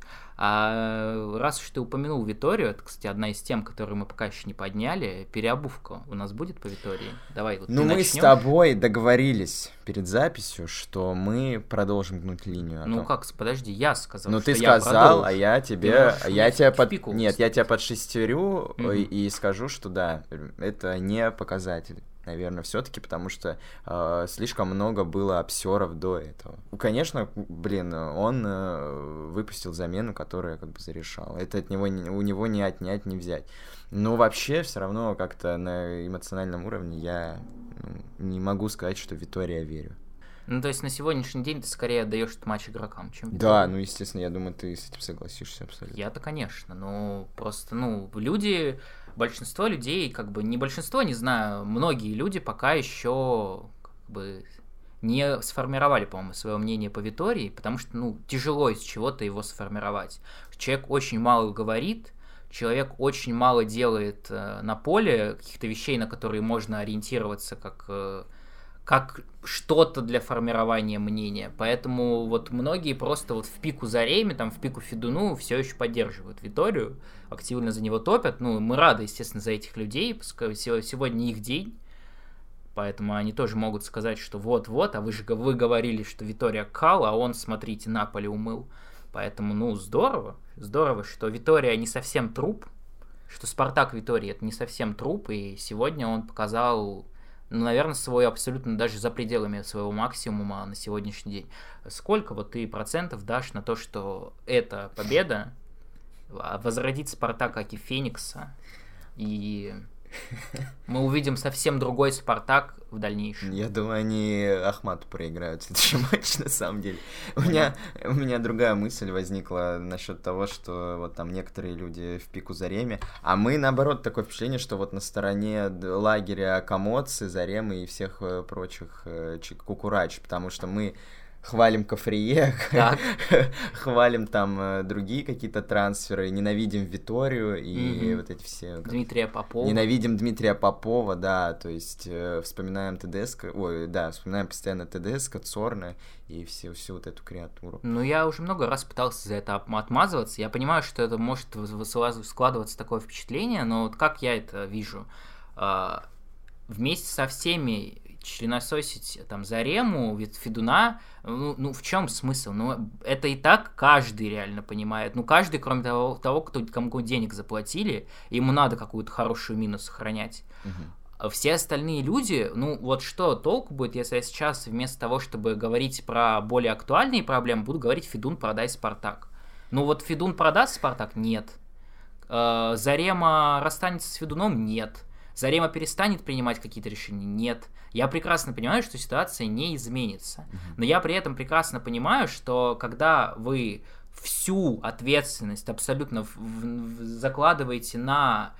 А раз уж ты упомянул Виторию, это, кстати, одна из тем, которую мы пока еще не подняли, переобувка у нас будет по Витории? Давай, вот Ну, ты мы начнёшь. с тобой договорились перед записью, что мы продолжим гнуть линию. Ну том... как, подожди, я сказал, Ну, что ты я сказал, продолжу. а я тебе... Ты я тебя под... пику Нет, я вставить. тебя подшестерю Мгм. и, и скажу, что да, это не показатель. Наверное, все-таки, потому что э, слишком много было обсеров до этого. Конечно, блин, он э, выпустил замену, которая как бы зарешала. Это от него не, у него не отнять, не взять. Но вообще, все равно как-то на эмоциональном уровне я ну, не могу сказать, что Витория верю. Ну, то есть на сегодняшний день ты скорее отдаешь этот матч игрокам, чем Да, Витории. ну, естественно, я думаю, ты с этим согласишься абсолютно. Я-то, конечно, но просто, ну, люди, большинство людей, как бы, не большинство, не знаю, многие люди пока еще, как бы, не сформировали, по-моему, свое мнение по Витории, потому что, ну, тяжело из чего-то его сформировать. Человек очень мало говорит, человек очень мало делает э, на поле каких-то вещей, на которые можно ориентироваться как... Э, как что-то для формирования мнения. Поэтому вот многие просто вот в пику Зареме, там в пику Федуну все еще поддерживают Виторию, активно за него топят. Ну, мы рады, естественно, за этих людей, пускай сегодня их день, поэтому они тоже могут сказать, что вот-вот, а вы же вы говорили, что Витория кал, а он, смотрите, Наполи умыл. Поэтому, ну, здорово, здорово, что Витория не совсем труп, что Спартак Витория это не совсем труп, и сегодня он показал... Ну, наверное, свой абсолютно даже за пределами своего максимума на сегодняшний день. Сколько вот ты процентов дашь на то, что эта победа возродит Спартак Аки Феникса, и мы увидим совсем другой Спартак в дальнейшем? Я думаю, они Ахмату проиграют в следующем матче, на самом деле. У меня, у меня другая мысль возникла насчет того, что вот там некоторые люди в пику Зареме, а мы, наоборот, такое впечатление, что вот на стороне лагеря Комоцы, Заремы и всех прочих кукурач, потому что мы хвалим Кафрие, хвалим там другие какие-то трансферы, ненавидим Виторию и mm-hmm. вот эти все... Дмитрия Попова. Ненавидим Дмитрия Попова, да, то есть э, вспоминаем ТДСК, ой, да, вспоминаем постоянно ТДСК, Цорна и все, всю вот эту креатуру. Ну, я уже много раз пытался за это отмазываться, я понимаю, что это может складываться такое впечатление, но вот как я это вижу, э, вместе со всеми членососить там Зарему, Федуна, ну, ну в чем смысл? Ну, это и так каждый реально понимает. Ну, каждый, кроме того, того кто, кому денег заплатили, ему надо какую-то хорошую мину сохранять. Uh-huh. Все остальные люди, ну, вот что толку будет, если я сейчас вместо того, чтобы говорить про более актуальные проблемы, буду говорить Федун, продай Спартак. Ну вот Федун продаст Спартак? Нет. Э, Зарема расстанется с Федуном? Нет. Зарема перестанет принимать какие-то решения? Нет. Я прекрасно понимаю, что ситуация не изменится. Но я при этом прекрасно понимаю, что когда вы всю ответственность абсолютно в- в- закладываете на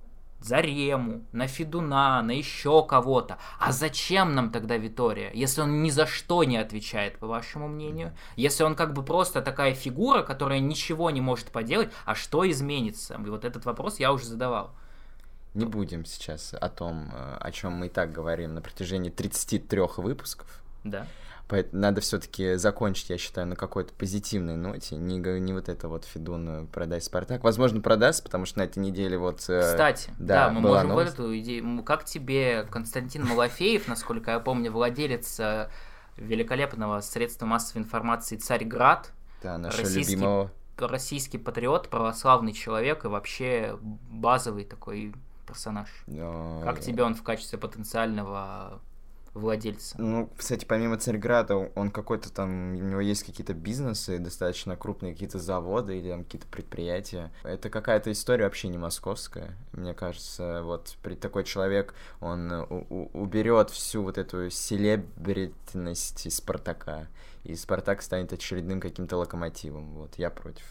Зарему, на Федуна, на еще кого-то. А зачем нам тогда Витория, если он ни за что не отвечает, по вашему мнению? Если он как бы просто такая фигура, которая ничего не может поделать, а что изменится? И вот этот вопрос я уже задавал. Не будем сейчас о том, э, о чем мы и так говорим на протяжении тридцати трёх выпусков. Да. Поэтому надо все-таки закончить, я считаю, на какой-то позитивной ноте. Не, г- не вот это вот Федун продай Спартак. Возможно, продаст, потому что на этой неделе вот... э, Кстати, да, да, мы была можем вот новость. эту идею. М, Как тебе Константин Малафеев, насколько я помню, владелец э, великолепного средства массовой информации «Царьград», Да, нашего российский любимого. российский патриот, православный человек и вообще базовый такой персонаж. э, Как тебе он в качестве потенциального владельца? Ну, кстати, помимо Царьграда, он какой-то там, у него есть какие-то бизнесы, достаточно крупные какие-то заводы или там какие-то предприятия. Это какая-то история вообще не московская. Мне кажется, вот при такой человек, он у- у- уберет всю вот эту селебритность из Спартака, и Спартак станет очередным каким-то локомотивом. Вот, я против.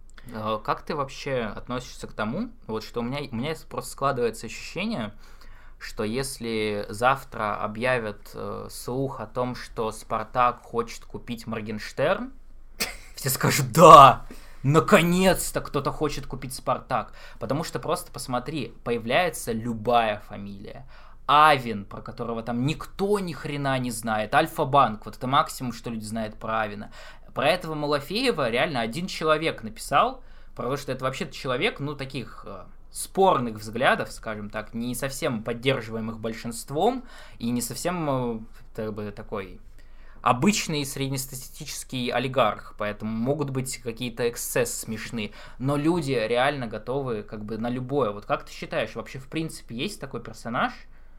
Э, Как ты вообще относишься к тому, вот что у меня, у меня просто складывается ощущение, что если завтра объявят э, слух о том, что Спартак хочет купить Моргенштерн, все скажут: да, наконец-то кто-то хочет купить Спартак. Потому что просто посмотри, появляется любая фамилия. Авин, про которого там никто ни хрена не знает. Альфа-банк, вот это максимум, что люди знают про Авина. Про этого Малафеева реально один человек написал, потому что это вообще-то человек, ну, таких э, спорных взглядов, скажем так, не совсем поддерживаемых большинством, и не совсем э, как бы такой обычный среднестатистический олигарх, поэтому могут быть какие-то эксцессы смешные, но люди реально готовы как бы на любое. Вот как ты считаешь, вообще в принципе есть такой персонаж,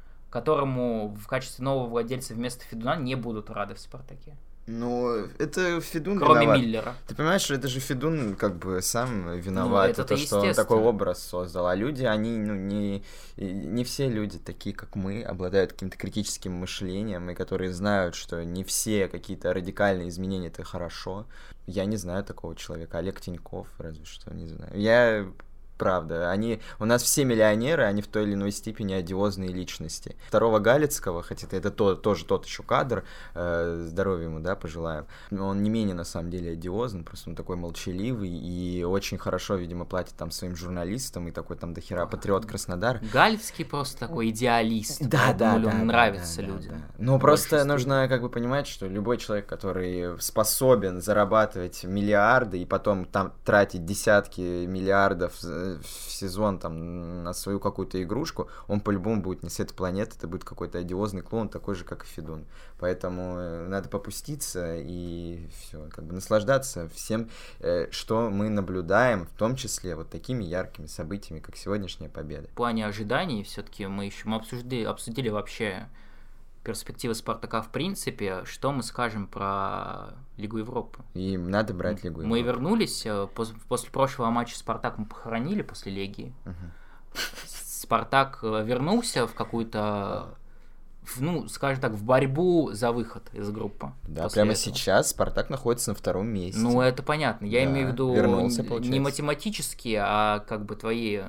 которому в качестве нового владельца вместо Федуна не будут рады в «Спартаке»? Ну, это Федун Кроме виноват. Миллера. Ты понимаешь, что это же Федун как бы сам Ну, виноват, это-то то, что он естественно. такой образ создал. А люди, они, ну, не, и не все люди такие, как мы, обладают каким-то критическим мышлением, и которые знают, что не все какие-то радикальные изменения — это хорошо. Я не знаю такого человека. Олег Тиньков, разве что, не знаю. Я... Правда, они, у нас все миллионеры, они в той или иной степени одиозные личности. Второго Галицкого, хотя это то, тоже тот еще кадр, э, здоровья ему, да, пожелаем, но он не менее, на самом деле, одиозен, просто он такой молчаливый и очень хорошо, видимо, платит там своим журналистам, и такой там дохера патриот Краснодар. Галицкий просто такой идеалист, Да, поэтому да, он да, нравится да, да, людям. да. Ну, в просто большинстве. нужно как бы понимать, что любой человек, который способен зарабатывать миллиарды и потом там тратить десятки миллиардов в сезон там на свою какую-то игрушку, он по-любому будет не с этой планеты, это будет какой-то одиозный клоун, такой же, как и Федун. Поэтому надо попуститься и все, как бы наслаждаться всем, что мы наблюдаем, в том числе вот такими яркими событиями, как сегодняшняя победа. В плане ожиданий все-таки мы еще мы обсудили, обсудили вообще перспективы Спартака в принципе. Что мы скажем про Лигу Европы? И надо брать Лигу Европы. Мы вернулись, пос- после прошлого матча Спартак мы похоронили после Легии. Угу. Спартак вернулся в какую-то, в, ну, скажем так, в борьбу за выход из группы. Да, после прямо этого. Сейчас Спартак находится на втором месте. Ну, это понятно. Я Да, имею в виду вернулся, не получается. математические, а как бы твои,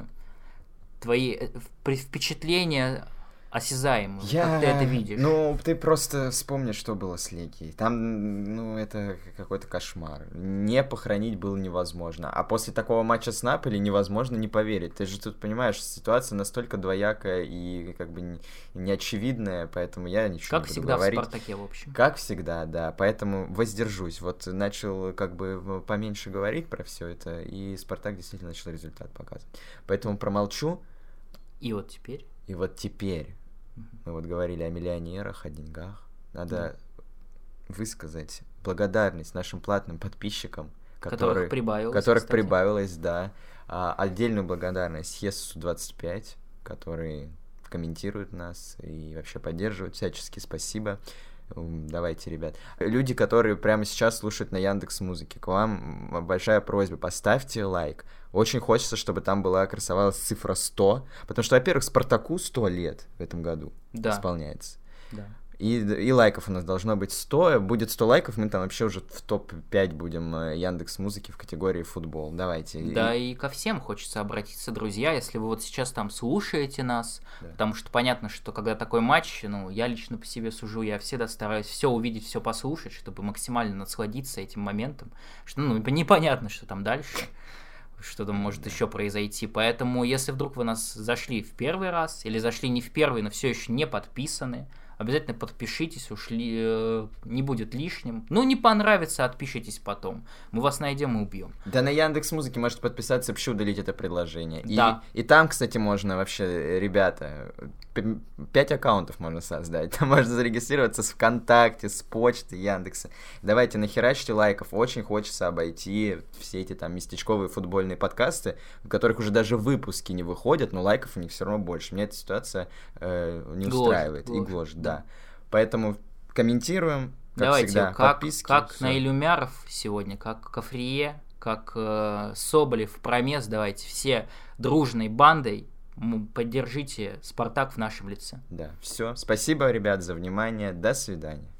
твои э, вп- впечатления осязаемые. Я... Как ты это видишь? Ну, ты просто вспомни, что было с Легией. Там, ну, это какой-то кошмар. Не похоронить было невозможно. А после такого матча с Наполи невозможно не поверить. Ты же тут понимаешь, ситуация настолько двоякая и как бы не, неочевидная, поэтому я ничего Как не буду всегда говорить. в «Спартаке», в общем. Как всегда, да. Поэтому воздержусь. Вот начал как бы поменьше говорить про все это, и Спартак действительно начал результат показывать. Поэтому промолчу. И вот теперь... И вот теперь мы вот говорили о миллионерах, о деньгах. Надо высказать благодарность нашим платным подписчикам, которые, Которых прибавилось, которых кстати. прибавилось, да. А, отдельную благодарность Ес двадцать пять, которые комментируют нас и вообще поддерживают всячески. Спасибо. Давайте, ребят. Люди, которые прямо сейчас слушают на Яндекс.Музыке, к вам большая просьба, поставьте лайк. Очень хочется, чтобы там была красовалась цифра сто, потому что, во-первых, Спартаку сто лет в этом году да. исполняется. Да. И, и лайков у нас должно быть сто. Будет сто лайков, мы там вообще уже в топ пять будем Яндекс.Музыки в категории футбол. Давайте. Да, и... и ко всем хочется обратиться, друзья, если вы вот сейчас там слушаете нас, да. Потому что понятно, что когда такой матч, ну, я лично по себе сужу, я всегда стараюсь все увидеть, все послушать, чтобы максимально насладиться этим моментом, что, ну, непонятно, что там дальше, что там может еще произойти. Поэтому, если вдруг вы нас зашли в первый раз, или зашли не в первый, но все еще не подписаны, обязательно подпишитесь, ушли, э, не будет лишним. Ну, не понравится, отпишитесь потом. Мы вас найдем и убьем. Да на Яндекс.Музыке можете подписаться, вообще удалить это предложение. Да. И, и там, кстати, можно вообще, ребята, пять аккаунтов можно создать. Там можно зарегистрироваться с ВКонтакте, с почты Яндекса. Давайте нахерачьте лайков. Очень хочется обойти все эти там местечковые футбольные подкасты, в которых уже даже выпуски не выходят, но лайков у них все равно больше. Меня эта ситуация э, не гложет, устраивает гложет. и гложет. Да. Поэтому комментируем, как Давайте, всегда, как, подписки. Как все. на Илюмяров сегодня, как Кафрие, как э, Соболев, Промес, давайте все дружной бандой поддержите Спартак в нашем лице. Да, все. Спасибо, ребят, за внимание. До свидания.